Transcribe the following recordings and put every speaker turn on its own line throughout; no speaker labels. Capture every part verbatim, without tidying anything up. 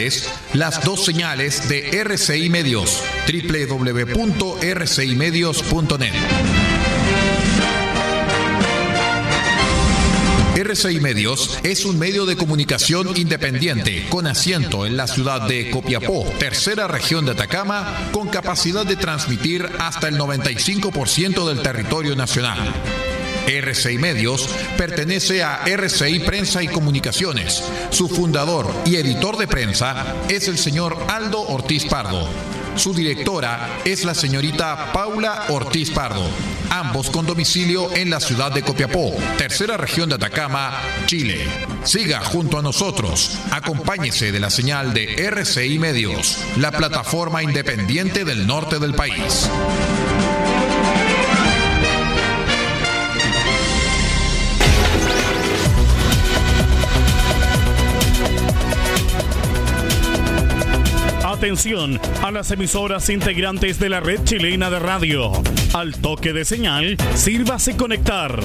señales, las dos señales de R C I Medios, doble u doble u doble u punto r c i medios punto net. R C I Medios es un medio de comunicación independiente con asiento en la ciudad de Copiapó, tercera región de Atacama, con capacidad de transmitir hasta el noventa y cinco por ciento del territorio nacional. R C I Medios pertenece a R C I Prensa y Comunicaciones. Su fundador y editor de prensa es el señor Aldo Ortiz Pardo. Su directora es la señorita Paula Ortiz Pardo, ambos con domicilio en la ciudad de Copiapó, tercera región de Atacama, Chile. Siga junto a nosotros, acompáñese de la señal de R C I Medios, la plataforma independiente del norte del país.
Atención a las emisoras integrantes de la red chilena de radio. Al toque de señal, sírvase conectar.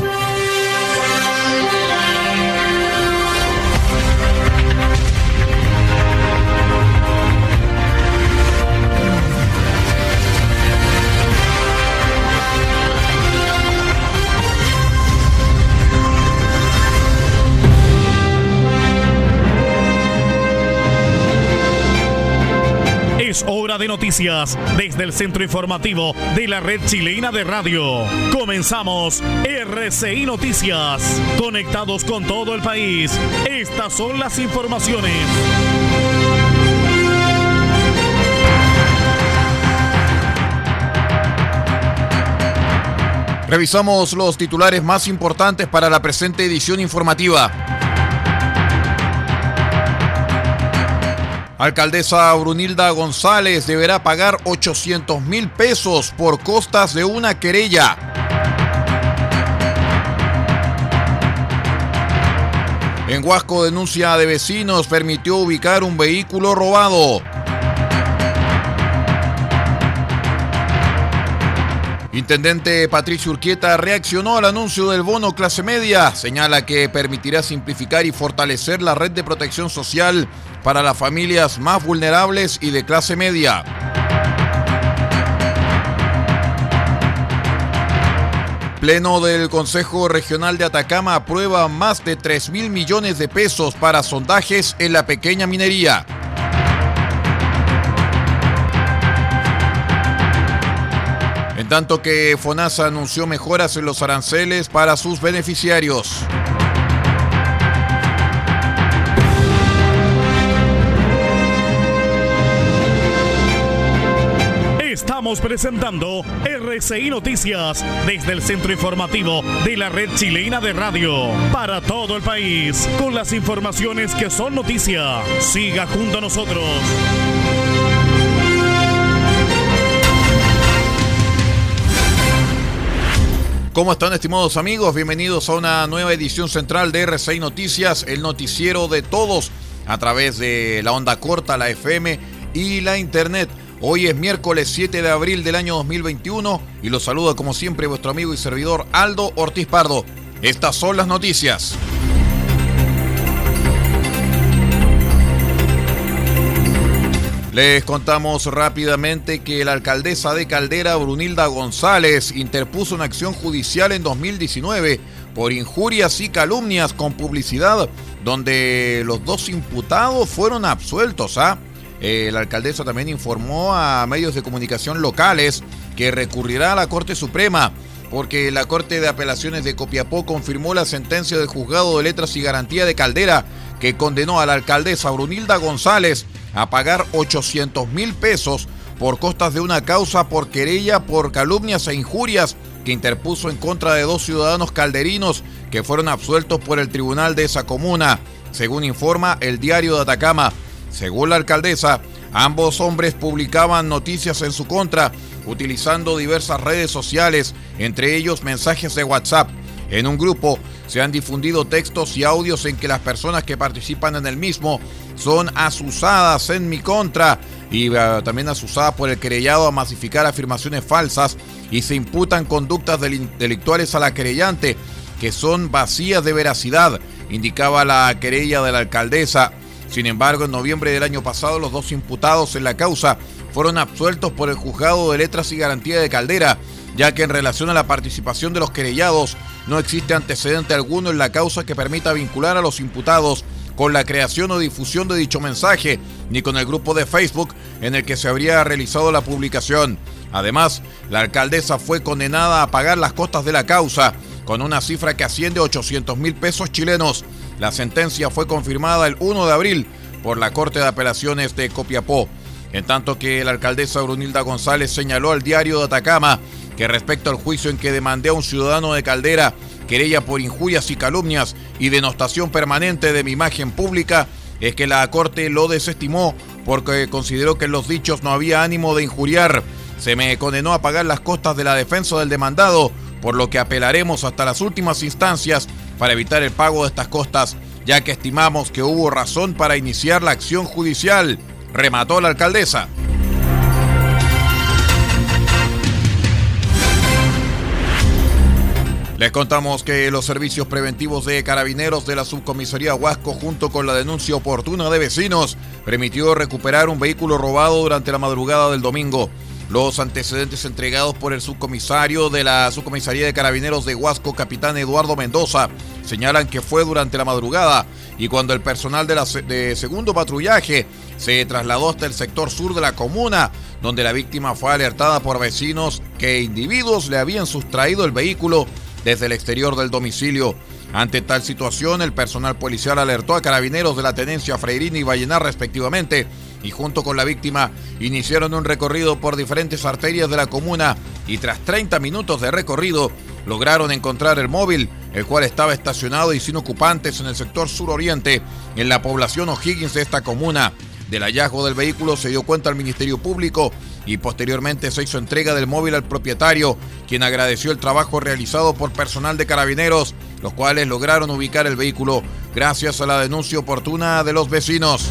Es hora de noticias desde el centro informativo de la red chilena de radio. Comenzamos R C I Noticias. Conectados con todo el país. Estas son las informaciones.
Revisamos los titulares más importantes para la presente edición informativa. Alcaldesa Brunilda González deberá pagar ochocientos mil pesos por costas de una querella. En Huasco, denuncia de vecinos permitió ubicar un vehículo robado. Intendente Patricio Urquieta reaccionó al anuncio del bono clase media. Señala que permitirá simplificar y fortalecer la red de protección social para las familias más vulnerables y de clase media. Pleno del Consejo Regional de Atacama aprueba más de tres mil millones de pesos para sondajes en la pequeña minería. En tanto que FONASA anunció mejoras en los aranceles para sus beneficiarios.
Estamos presentando R C I Noticias desde el centro informativo de la red chilena de radio para todo el país, con las informaciones que son noticia. Siga junto a nosotros.
¿Cómo están, estimados amigos? Bienvenidos a una nueva edición central de R C I Noticias, el noticiero de todos, a través de la onda corta, la F M y la internet. Hoy es miércoles siete de abril del año dos mil veintiuno y los saluda como siempre vuestro amigo y servidor Aldo Ortiz Pardo. Estas son las noticias. Les contamos rápidamente que la alcaldesa de Caldera, Brunilda González, interpuso una acción judicial en dos mil diecinueve por injurias y calumnias con publicidad, donde los dos imputados fueron absueltos, ¿ah? Eh, la alcaldesa también informó a medios de comunicación locales que recurrirá a la Corte Suprema porque la Corte de Apelaciones de Copiapó confirmó la sentencia del Juzgado de Letras y Garantía de Caldera que condenó a la alcaldesa Brunilda González a pagar ochocientos mil pesos por costas de una causa por querella por calumnias e injurias que interpuso en contra de dos ciudadanos calderinos que fueron absueltos por el tribunal de esa comuna, según informa el Diario de Atacama. Según la alcaldesa, ambos hombres publicaban noticias en su contra, utilizando diversas redes sociales, entre ellos mensajes de WhatsApp. En un grupo se han difundido textos y audios en que las personas que participan en el mismo son asusadas en mi contra y uh, también asusadas por el querellado a masificar afirmaciones falsas y se imputan conductas delictuales a la querellante que son vacías de veracidad, indicaba la querella de la alcaldesa. Sin embargo, en noviembre del año pasado, los dos imputados en la causa fueron absueltos por el Juzgado de Letras y Garantía de Caldera, ya que en relación a la participación de los querellados no existe antecedente alguno en la causa que permita vincular a los imputados con la creación o difusión de dicho mensaje, ni con el grupo de Facebook en el que se habría realizado la publicación. Además, la alcaldesa fue condenada a pagar las costas de la causa, con una cifra que asciende a ochocientos mil pesos chilenos. La sentencia fue confirmada el primero de abril por la Corte de Apelaciones de Copiapó, en tanto que la alcaldesa Brunilda González señaló al Diario de Atacama que respecto al juicio en que demandé a un ciudadano de Caldera querella por injurias y calumnias y denostación permanente de mi imagen pública, es que la Corte lo desestimó porque consideró que en los dichos no había ánimo de injuriar. Se me condenó a pagar las costas de la defensa del demandado, por lo que apelaremos hasta las últimas instancias para evitar el pago de estas costas, ya que estimamos que hubo razón para iniciar la acción judicial, remató la alcaldesa. Les contamos que los servicios preventivos de Carabineros de la Subcomisaría Huasco, junto con la denuncia oportuna de vecinos, permitió recuperar un vehículo robado durante la madrugada del domingo. Los antecedentes entregados por el subcomisario de la Subcomisaría de Carabineros de Huasco, capitán Eduardo Mendoza, señalan que fue durante la madrugada y cuando el personal de, la, de segundo patrullaje se trasladó hasta el sector sur de la comuna, donde la víctima fue alertada por vecinos que individuos le habían sustraído el vehículo desde el exterior del domicilio. Ante tal situación, el personal policial alertó a Carabineros de la Tenencia Freirina y Vallenar respectivamente, y junto con la víctima iniciaron un recorrido por diferentes arterias de la comuna y tras treinta minutos de recorrido lograron encontrar el móvil, el cual estaba estacionado y sin ocupantes en el sector suroriente, en la población O'Higgins de esta comuna. Del hallazgo del vehículo se dio cuenta al Ministerio Público y posteriormente se hizo entrega del móvil al propietario, quien agradeció el trabajo realizado por personal de Carabineros, los cuales lograron ubicar el vehículo gracias a la denuncia oportuna de los vecinos.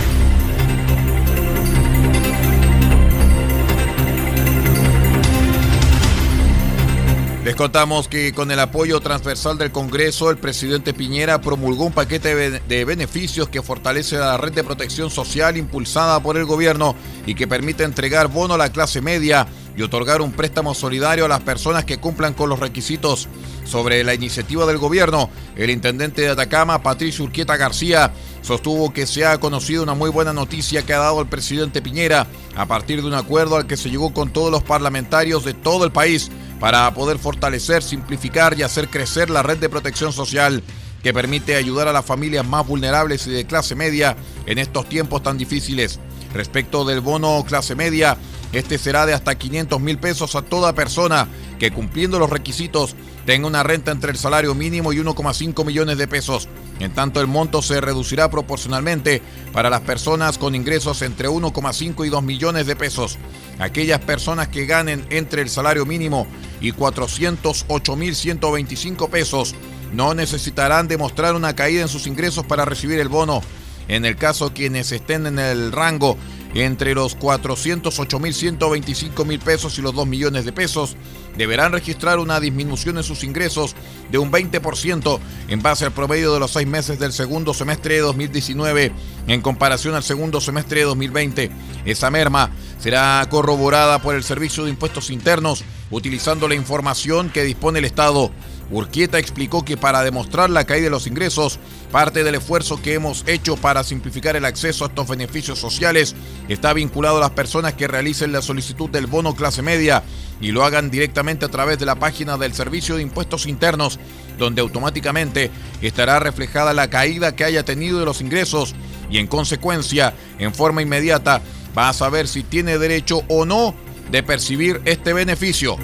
Les contamos que con el apoyo transversal del Congreso, el presidente Piñera promulgó un paquete de beneficios que fortalece la red de protección social impulsada por el gobierno y que permite entregar bono a la clase media y otorgar un préstamo solidario a las personas que cumplan con los requisitos. Sobre la iniciativa del gobierno, el intendente de Atacama, Patricio Urquieta García, sostuvo que se ha conocido una muy buena noticia que ha dado el presidente Piñera a partir de un acuerdo al que se llegó con todos los parlamentarios de todo el país para poder fortalecer, simplificar y hacer crecer la red de protección social que permite ayudar a las familias más vulnerables y de clase media en estos tiempos tan difíciles. Respecto del bono clase media, este será de hasta quinientos mil pesos a toda persona que, cumpliendo los requisitos, tenga una renta entre el salario mínimo y uno coma cinco millones de pesos. En tanto, el monto se reducirá proporcionalmente para las personas con ingresos entre uno coma cinco y dos millones de pesos. Aquellas personas que ganen entre el salario mínimo y cuatrocientos ocho mil ciento veinticinco pesos no necesitarán demostrar una caída en sus ingresos para recibir el bono. En el caso quienes estén en el rango entre los cuatrocientos ocho mil ciento veinticinco mil pesos y los dos millones de pesos, deberán registrar una disminución en sus ingresos de un veinte por ciento en base al promedio de los seis meses del segundo semestre de dos mil diecinueve en comparación al segundo semestre de dos mil veinte. Esa merma será corroborada por el Servicio de Impuestos Internos utilizando la información que dispone el Estado. Urquieta explicó que para demostrar la caída de los ingresos, parte del esfuerzo que hemos hecho para simplificar el acceso a estos beneficios sociales está vinculado a las personas que realicen la solicitud del bono clase media y lo hagan directamente a través de la página del Servicio de Impuestos Internos, donde automáticamente estará reflejada la caída que haya tenido de los ingresos y en consecuencia, en forma inmediata, va a saber si tiene derecho o no de percibir este beneficio.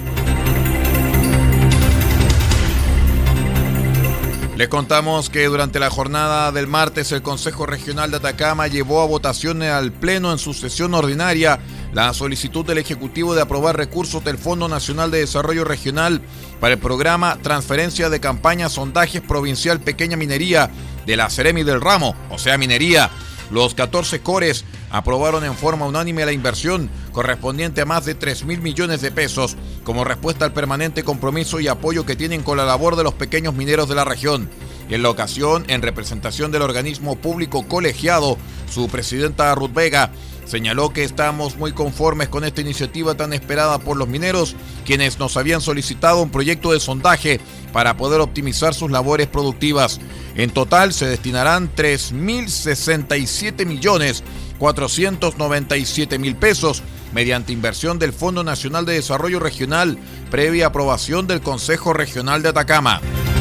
Les contamos que durante la jornada del martes el Consejo Regional de Atacama llevó a votación al Pleno en su sesión ordinaria la solicitud del Ejecutivo de aprobar recursos del Fondo Nacional de Desarrollo Regional para el programa Transferencia de Campaña Sondajes Provincial Pequeña Minería de la Seremi del Ramo, o sea, minería. Los catorce cores aprobaron en forma unánime la inversión correspondiente a más de tres mil millones de pesos como respuesta al permanente compromiso y apoyo que tienen con la labor de los pequeños mineros de la región. En la ocasión, en representación del organismo público colegiado, Su presidenta Ruth Vega señaló que estamos muy conformes con esta iniciativa tan esperada por los mineros, quienes nos habían solicitado un proyecto de sondaje para poder optimizar sus labores productivas. En total se destinarán tres mil sesenta y siete millones cuatrocientos noventa y siete mil pesos mediante inversión del Fondo Nacional de Desarrollo Regional, previa aprobación del Consejo Regional de Atacama.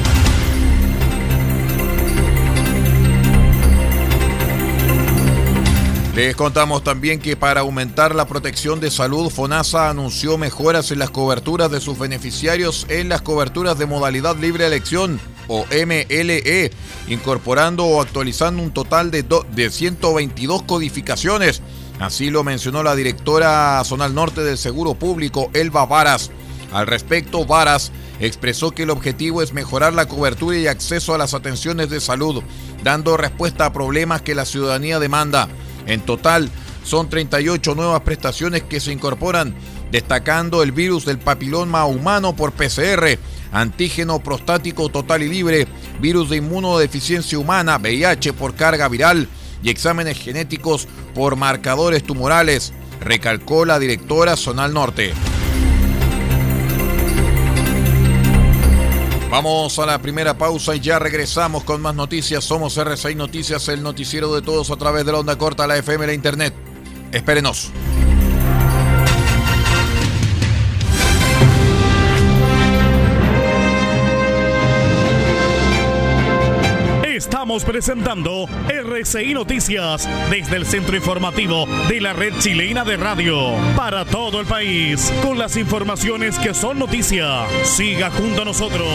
Les contamos también que para aumentar la protección de salud, FONASA anunció mejoras en las coberturas de sus beneficiarios en las coberturas de modalidad libre elección o M L E, incorporando o actualizando un total de, do, de ciento veintidós codificaciones. Así lo mencionó la directora zonal norte del Seguro Público, Elba Varas. Al respecto, Varas expresó que el objetivo es mejorar la cobertura y acceso a las atenciones de salud, dando respuesta a problemas que la ciudadanía demanda. En total, son treinta y ocho nuevas prestaciones que se incorporan, destacando el virus del papiloma humano por P C R, antígeno prostático total y libre, virus de inmunodeficiencia humana, V I H por carga viral y exámenes genéticos por marcadores tumorales, recalcó la directora zonal norte. Vamos a la primera pausa y ya regresamos con más noticias. Somos R C I Noticias, el noticiero de todos a través de la onda corta, la F M y la internet. Espérenos.
Estamos presentando R C I Noticias desde el centro informativo de la Red Chilena de Radio para todo el país, con las informaciones que son noticia. Siga junto a nosotros.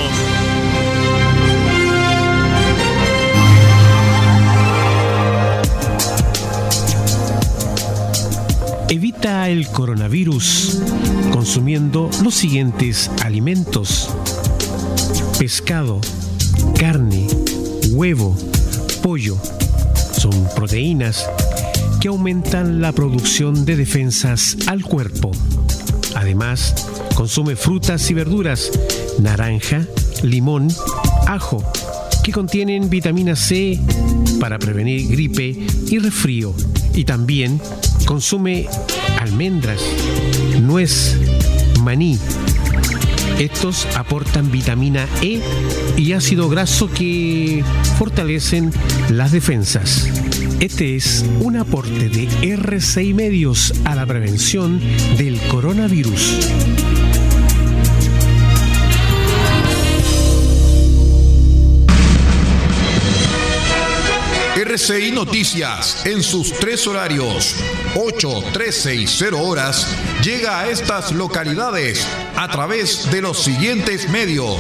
Evita el coronavirus consumiendo los siguientes alimentos: pescado, carne, huevo, pollo. Son proteínas que aumentan la producción de defensas al cuerpo. Además, consume frutas y verduras, naranja, limón, ajo, que contienen vitamina C para prevenir gripe y resfrío. Y también consume almendras, nuez, maní. Estos aportan vitamina E y ácido graso que fortalecen las defensas. Este es un aporte de R C I Medios a la prevención del coronavirus.
R C I Noticias, en sus tres horarios, ocho, trece y cero horas, llega a estas localidades a través de los siguientes medios.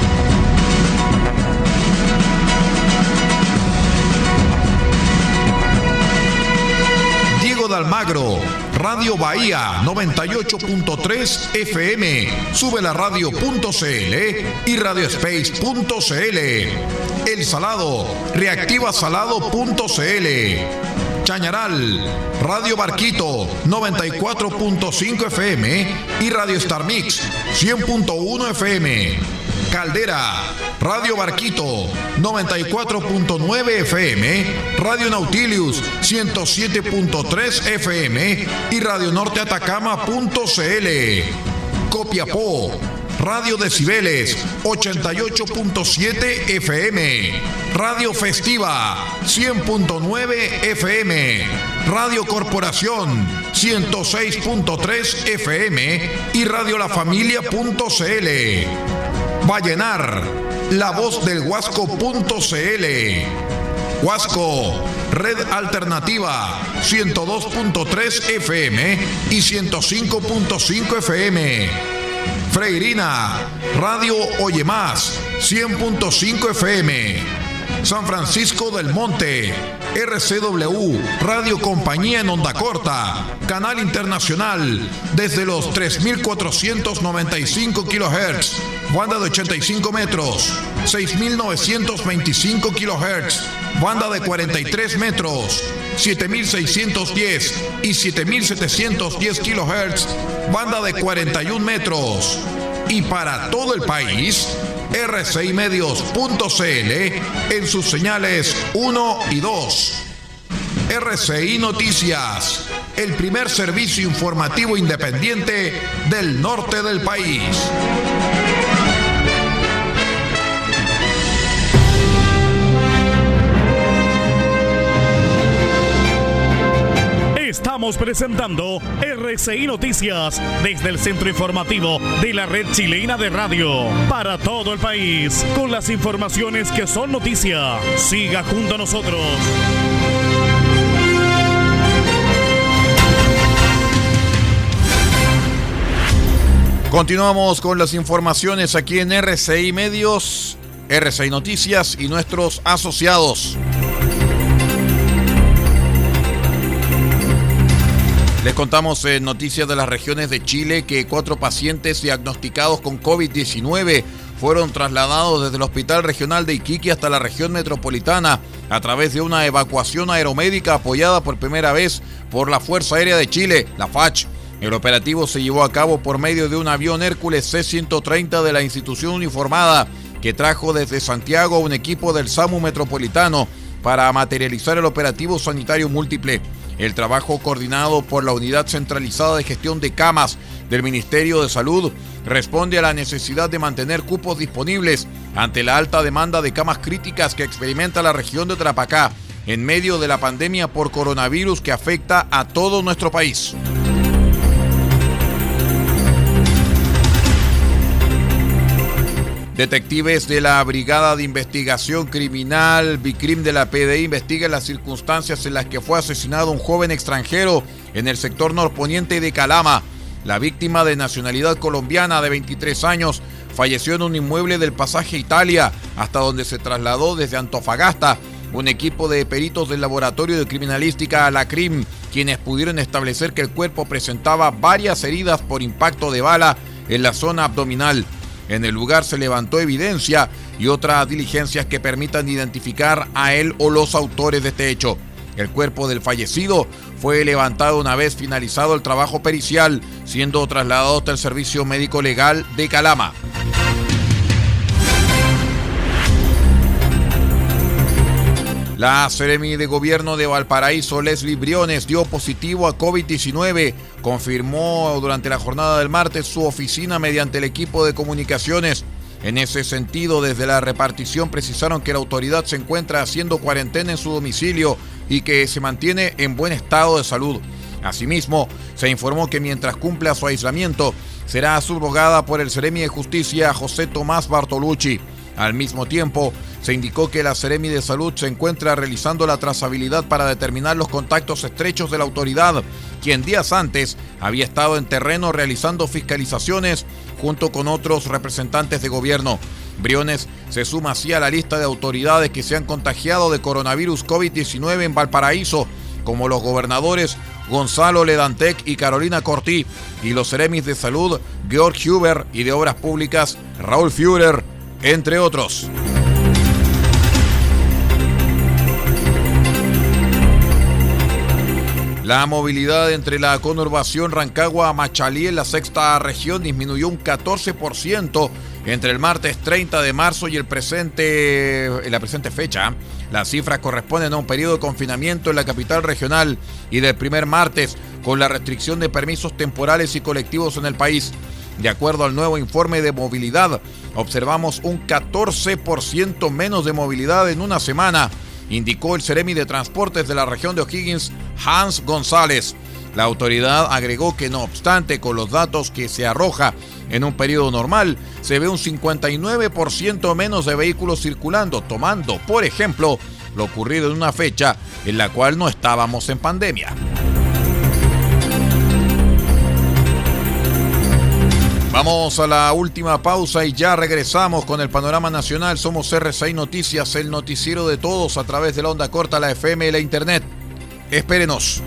Diego de Almagro, Radio Bahía noventa y ocho punto tres F M, sube la radio punto c l y radiospace punto c l. El Salado, reactiva salado punto c l. Chañaral, Radio Barquito noventa y cuatro punto cinco F M y Radio Star Mix cien punto uno F M. Caldera, Radio Barquito noventa y cuatro punto nueve F M, Radio Nautilius ciento siete punto tres F M y Radio Norte Atacama punto c l. Copiapó, Radio Decibeles ochenta y ocho punto siete F M, Radio Festiva cien punto nueve F M, Radio Corporación ciento seis punto tres F M y Radio La Familia punto c l. Vallenar, La Voz del Huasco punto c l. Huasco, Red Alternativa ciento dos punto tres F M y ciento cinco punto cinco F M. Freirina, Radio Oye Más cien punto cinco F M. San Francisco del Monte, R C W, Radio Compañía en Onda Corta, Canal Internacional, desde los tres mil cuatrocientos noventa y cinco kilohertz, banda de ochenta y cinco metros, seis mil novecientos veinticinco kilohertz, banda de cuarenta y tres metros, siete mil seiscientos diez y siete mil setecientos diez kilohertz, banda de cuarenta y un metros. Y para todo el país, R C I Medios punto c l en sus señales uno y dos. R C I Noticias, el primer servicio informativo independiente del norte del país.
Estamos presentando R C I Noticias desde el centro informativo de la red chilena de radio para todo el país, con las informaciones que son noticia. Siga junto a nosotros.
Continuamos con las informaciones aquí en R C I Medios, R C I Noticias y nuestros asociados. Les contamos en noticias de las regiones de Chile que cuatro pacientes diagnosticados con COVID diecinueve fueron trasladados desde el Hospital Regional de Iquique hasta la región metropolitana a través de una evacuación aeromédica apoyada por primera vez por la Fuerza Aérea de Chile, la F A C H. El operativo se llevó a cabo por medio de un avión Hércules C ciento treinta de la institución uniformada que trajo desde Santiago un equipo del SAMU metropolitano para materializar el operativo sanitario múltiple. El trabajo coordinado por la Unidad Centralizada de Gestión de Camas del Ministerio de Salud responde a la necesidad de mantener cupos disponibles ante la alta demanda de camas críticas que experimenta la región de Tarapacá en medio de la pandemia por coronavirus que afecta a todo nuestro país. Detectives de la Brigada de Investigación Criminal, BICRIM de la P D I, investigan las circunstancias en las que fue asesinado un joven extranjero en el sector norponiente de Calama. La víctima, de nacionalidad colombiana de veintitrés años, falleció en un inmueble del pasaje Italia, hasta donde se trasladó desde Antofagasta un equipo de peritos del Laboratorio de Criminalística LACRIM, quienes pudieron establecer que el cuerpo presentaba varias heridas por impacto de bala en la zona abdominal. En el lugar se levantó evidencia y otras diligencias que permitan identificar a él o los autores de este hecho. El cuerpo del fallecido fue levantado una vez finalizado el trabajo pericial, siendo trasladado hasta el Servicio Médico Legal de Calama. La Seremi de Gobierno de Valparaíso, Leslie Briones, dio positivo a COVID diecinueve. Confirmó durante la jornada del martes su oficina mediante el equipo de comunicaciones. En ese sentido, desde la repartición precisaron que la autoridad se encuentra haciendo cuarentena en su domicilio y que se mantiene en buen estado de salud. Asimismo, se informó que mientras cumpla su aislamiento, será subrogada por el Seremi de Justicia, José Tomás Bartolucci. Al mismo tiempo, se indicó que la Seremi de Salud se encuentra realizando la trazabilidad para determinar los contactos estrechos de la autoridad, quien días antes había estado en terreno realizando fiscalizaciones junto con otros representantes de gobierno. Briones se suma así a la lista de autoridades que se han contagiado de coronavirus COVID diecinueve en Valparaíso, como los gobernadores Gonzalo Ledantec y Carolina Cortí, y los Seremis de Salud Georg Huber y de Obras Públicas Raúl Führer, entre otros. La movilidad entre la conurbación Rancagua a Machalí en la sexta región disminuyó un catorce por ciento entre el martes treinta de marzo y el presente, en la presente fecha. Las cifras corresponden a un periodo de confinamiento en la capital regional y del primer martes con la restricción de permisos temporales y colectivos en el país. De acuerdo al nuevo informe de movilidad, observamos un catorce por ciento menos de movilidad en una semana, indicó el Seremi de Transportes de la región de O'Higgins, Hans González. La autoridad agregó que no obstante, con los datos que se arroja en un periodo normal, se ve un cincuenta y nueve por ciento menos de vehículos circulando, tomando, por ejemplo, lo ocurrido en una fecha en la cual no estábamos en pandemia. Vamos a la última pausa y ya regresamos con el panorama nacional. Somos R C I Noticias, el noticiero de todos a través de la onda corta, la F M y la internet. Espérenos.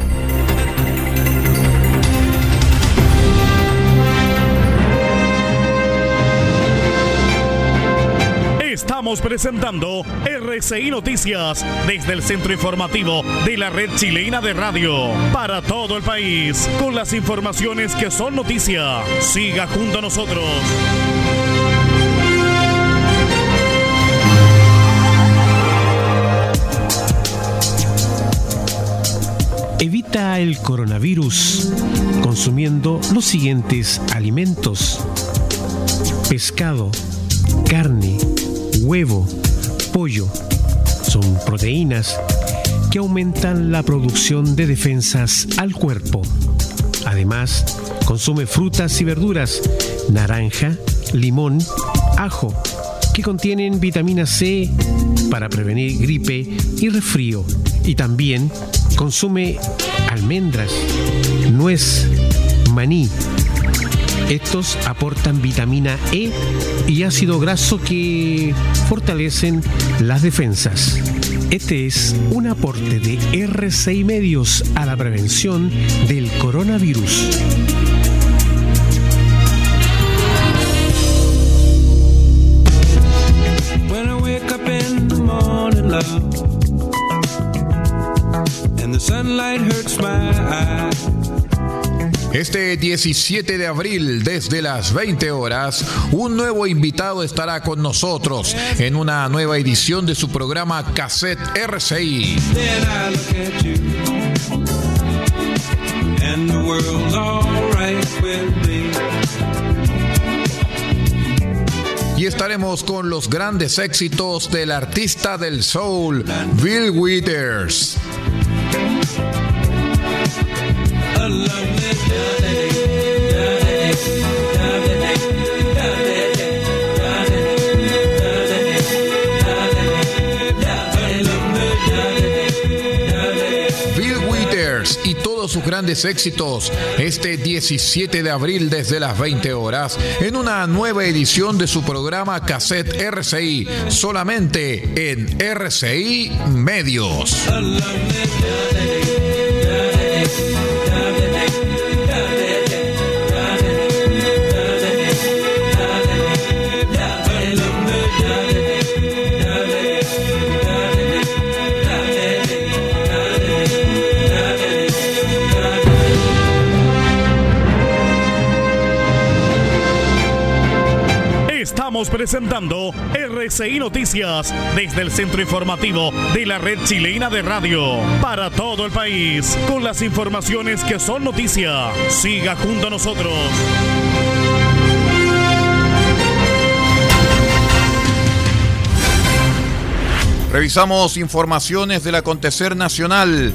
Estamos presentando R C I Noticias desde el centro informativo de la red chilena de radio para todo el país, con las informaciones que son noticia. Siga junto a nosotros.
Evita el coronavirus consumiendo los siguientes alimentos: pescado, carne, huevo, pollo. Son proteínas que aumentan la producción de defensas al cuerpo. Además, consume frutas y verduras, naranja, limón, ajo, que contienen vitamina C para prevenir gripe y resfrío. Y también consume almendras, nuez, maní. Estos aportan vitamina E y ácido graso que fortalecen las defensas. Este es un aporte de R C I Medios a la prevención del coronavirus.
When I wake up in the morning, love, and the sunlight hurts my eyes.
Este diecisiete de abril, desde las veinte horas, un nuevo invitado estará con nosotros en una nueva edición de su programa Cassette R C I. Y estaremos con los grandes éxitos del artista del soul, Bill Withers. Bill Withers y todos sus grandes éxitos este diecisiete de abril desde las veinte horas en una nueva edición de su programa Cassette R C I, solamente en R C I Medios.
Estamos presentando R C I Noticias desde el centro informativo de la Red Chilena de Radio para todo el país, con las informaciones que son noticia. Siga junto a nosotros.
Revisamos informaciones del acontecer nacional.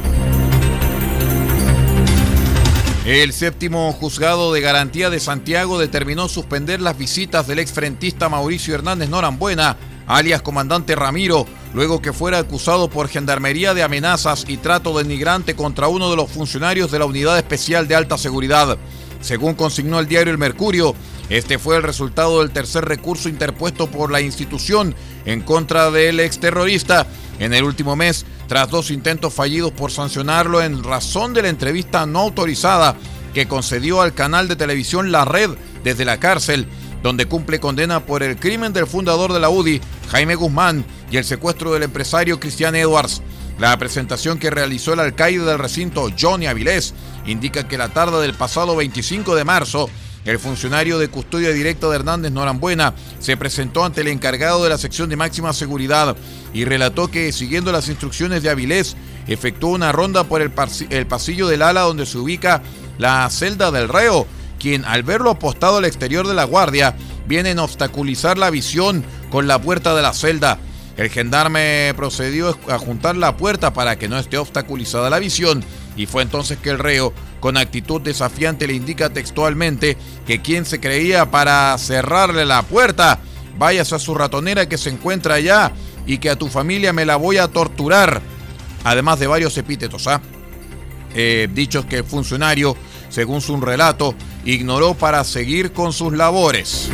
El séptimo juzgado de garantía de Santiago determinó suspender las visitas del exfrentista Mauricio Hernández Norambuena, alias Comandante Ramiro, luego que fuera acusado por gendarmería de amenazas y trato denigrante contra uno de los funcionarios de la Unidad Especial de Alta Seguridad. Según consignó el diario El Mercurio, este fue el resultado del tercer recurso interpuesto por la institución en contra del exterrorista en el último mes, tras dos intentos fallidos por sancionarlo en razón de la entrevista no autorizada que concedió al canal de televisión La Red desde la cárcel, donde cumple condena por el crimen del fundador de la U D I, Jaime Guzmán, y el secuestro del empresario Cristian Edwards. La presentación que realizó el alcaide del recinto, Johnny Avilés, indica que la tarde del pasado veinticinco de marzo, el funcionario de custodia directa de Hernández Norambuena se presentó ante el encargado de la sección de máxima seguridad y relató que, siguiendo las instrucciones de Avilés, efectuó una ronda por el, pas- el pasillo del ala donde se ubica la celda del reo, quien, al verlo apostado al exterior de la guardia, viene a obstaculizar la visión con la puerta de la celda. El gendarme procedió a juntar la puerta para que no esté obstaculizada la visión, y fue entonces que el reo, con actitud desafiante, le indica textualmente que quien se creía para cerrarle la puerta, váyase a su ratonera que se encuentra allá y que a tu familia me la voy a torturar. Además de varios epítetos, ¿ah? Eh, dichos que el funcionario, según su relato, ignoró para seguir con sus labores.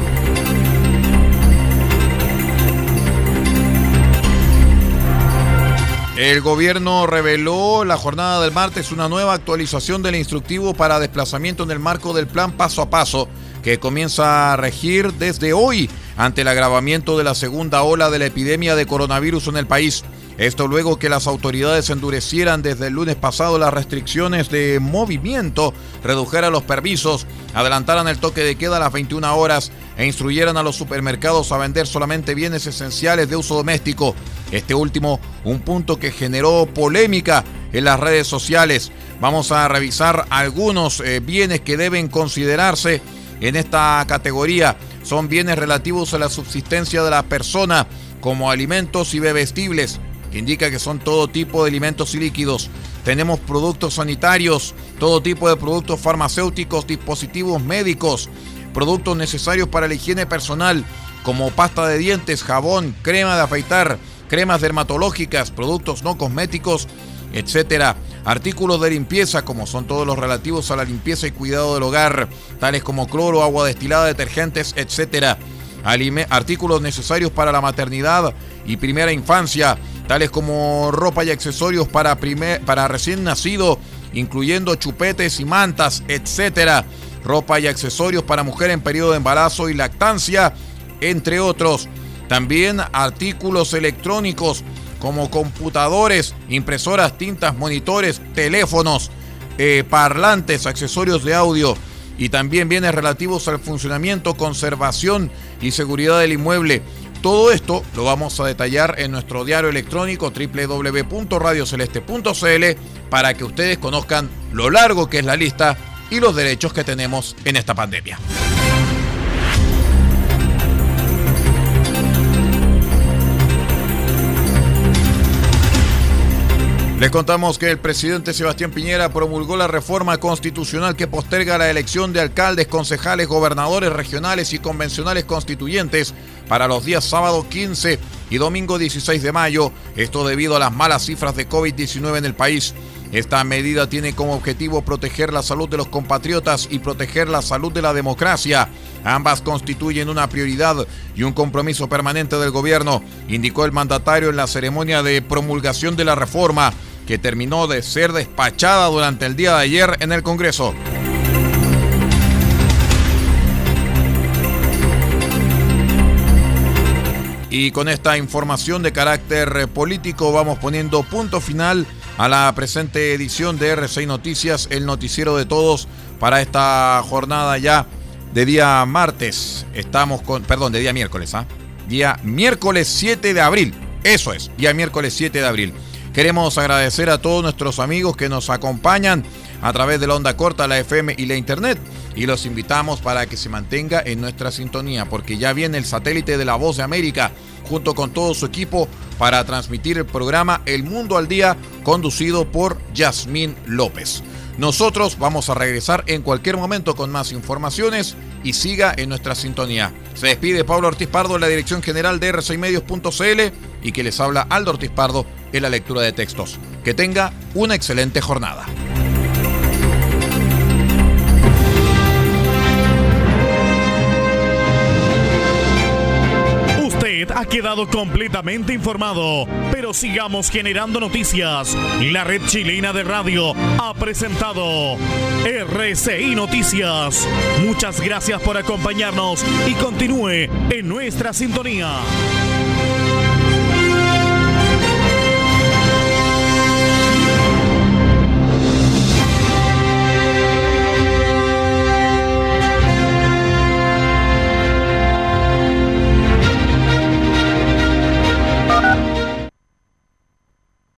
El gobierno reveló la jornada del martes una nueva actualización del instructivo para desplazamiento en el marco del plan paso a paso, que comienza a regir desde hoy ante el agravamiento de la segunda ola de la epidemia de coronavirus en el país. Esto luego que las autoridades endurecieran desde el lunes pasado las restricciones de movimiento, redujeran los permisos, adelantaran el toque de queda a las veintiuna horas e instruyeran a los supermercados a vender solamente bienes esenciales de uso doméstico. Este último, un punto que generó polémica en las redes sociales. Vamos a revisar algunos eh, bienes que deben considerarse en esta categoría. Son bienes relativos a la subsistencia de la persona, como alimentos y bebestibles, que indica que son todo tipo de alimentos y líquidos. Tenemos productos sanitarios, todo tipo de productos farmacéuticos, dispositivos médicos, productos necesarios para la higiene personal, como pasta de dientes, jabón, crema de afeitar, cremas dermatológicas, productos no cosméticos, etcétera. Artículos de limpieza, como son todos los relativos a la limpieza y cuidado del hogar, tales como cloro, agua destilada, detergentes, etcétera. Alime- artículos necesarios para la maternidad y primera infancia, tales como ropa y accesorios para, primer, para recién nacido, incluyendo chupetes y mantas, etcétera. Ropa y accesorios para mujer en periodo de embarazo y lactancia, entre otros. También artículos electrónicos como computadores, impresoras, tintas, monitores, teléfonos, eh, parlantes, accesorios de audio, y también bienes relativos al funcionamiento, conservación y seguridad del inmueble. Todo esto lo vamos a detallar en nuestro diario electrónico doble u doble u doble u punto radio celeste punto c l para que ustedes conozcan lo largo que es la lista y los derechos que tenemos en esta pandemia. Les contamos que el presidente Sebastián Piñera promulgó la reforma constitucional que posterga la elección de alcaldes, concejales, gobernadores regionales y convencionales constituyentes para los días sábado quince y domingo dieciséis de mayo, esto debido a las malas cifras de COVID diecinueve en el país. Esta medida tiene como objetivo proteger la salud de los compatriotas y proteger la salud de la democracia. Ambas constituyen una prioridad y un compromiso permanente del gobierno, indicó el mandatario en la ceremonia de promulgación de la reforma, que terminó de ser despachada durante el día de ayer en el Congreso. Y con esta información de carácter político vamos poniendo punto final a la presente edición de R C I Noticias, el noticiero de todos para esta jornada ya de día martes. Estamos con, perdón, de día miércoles, ¿ah? ¿eh? Día miércoles siete de abril. Eso es, día miércoles siete de abril. Queremos agradecer a todos nuestros amigos que nos acompañan a través de la onda corta, la F M y la internet, y los invitamos para que se mantenga en nuestra sintonía, porque ya viene el satélite de La Voz de América junto con todo su equipo para transmitir el programa El Mundo al Día, conducido por Yasmín López. Nosotros vamos a regresar en cualquier momento con más informaciones y siga en nuestra sintonía. Se despide Pablo Ortiz Pardo en la dirección general de R C I Medios punto c l y que les habla Aldo Ortiz Pardo en la lectura de textos. Que tenga una excelente jornada.
Usted ha quedado completamente informado, pero sigamos generando noticias. La Red Chilena de Radio ha presentado R C I Noticias. Muchas gracias por acompañarnos y continúe en nuestra sintonía.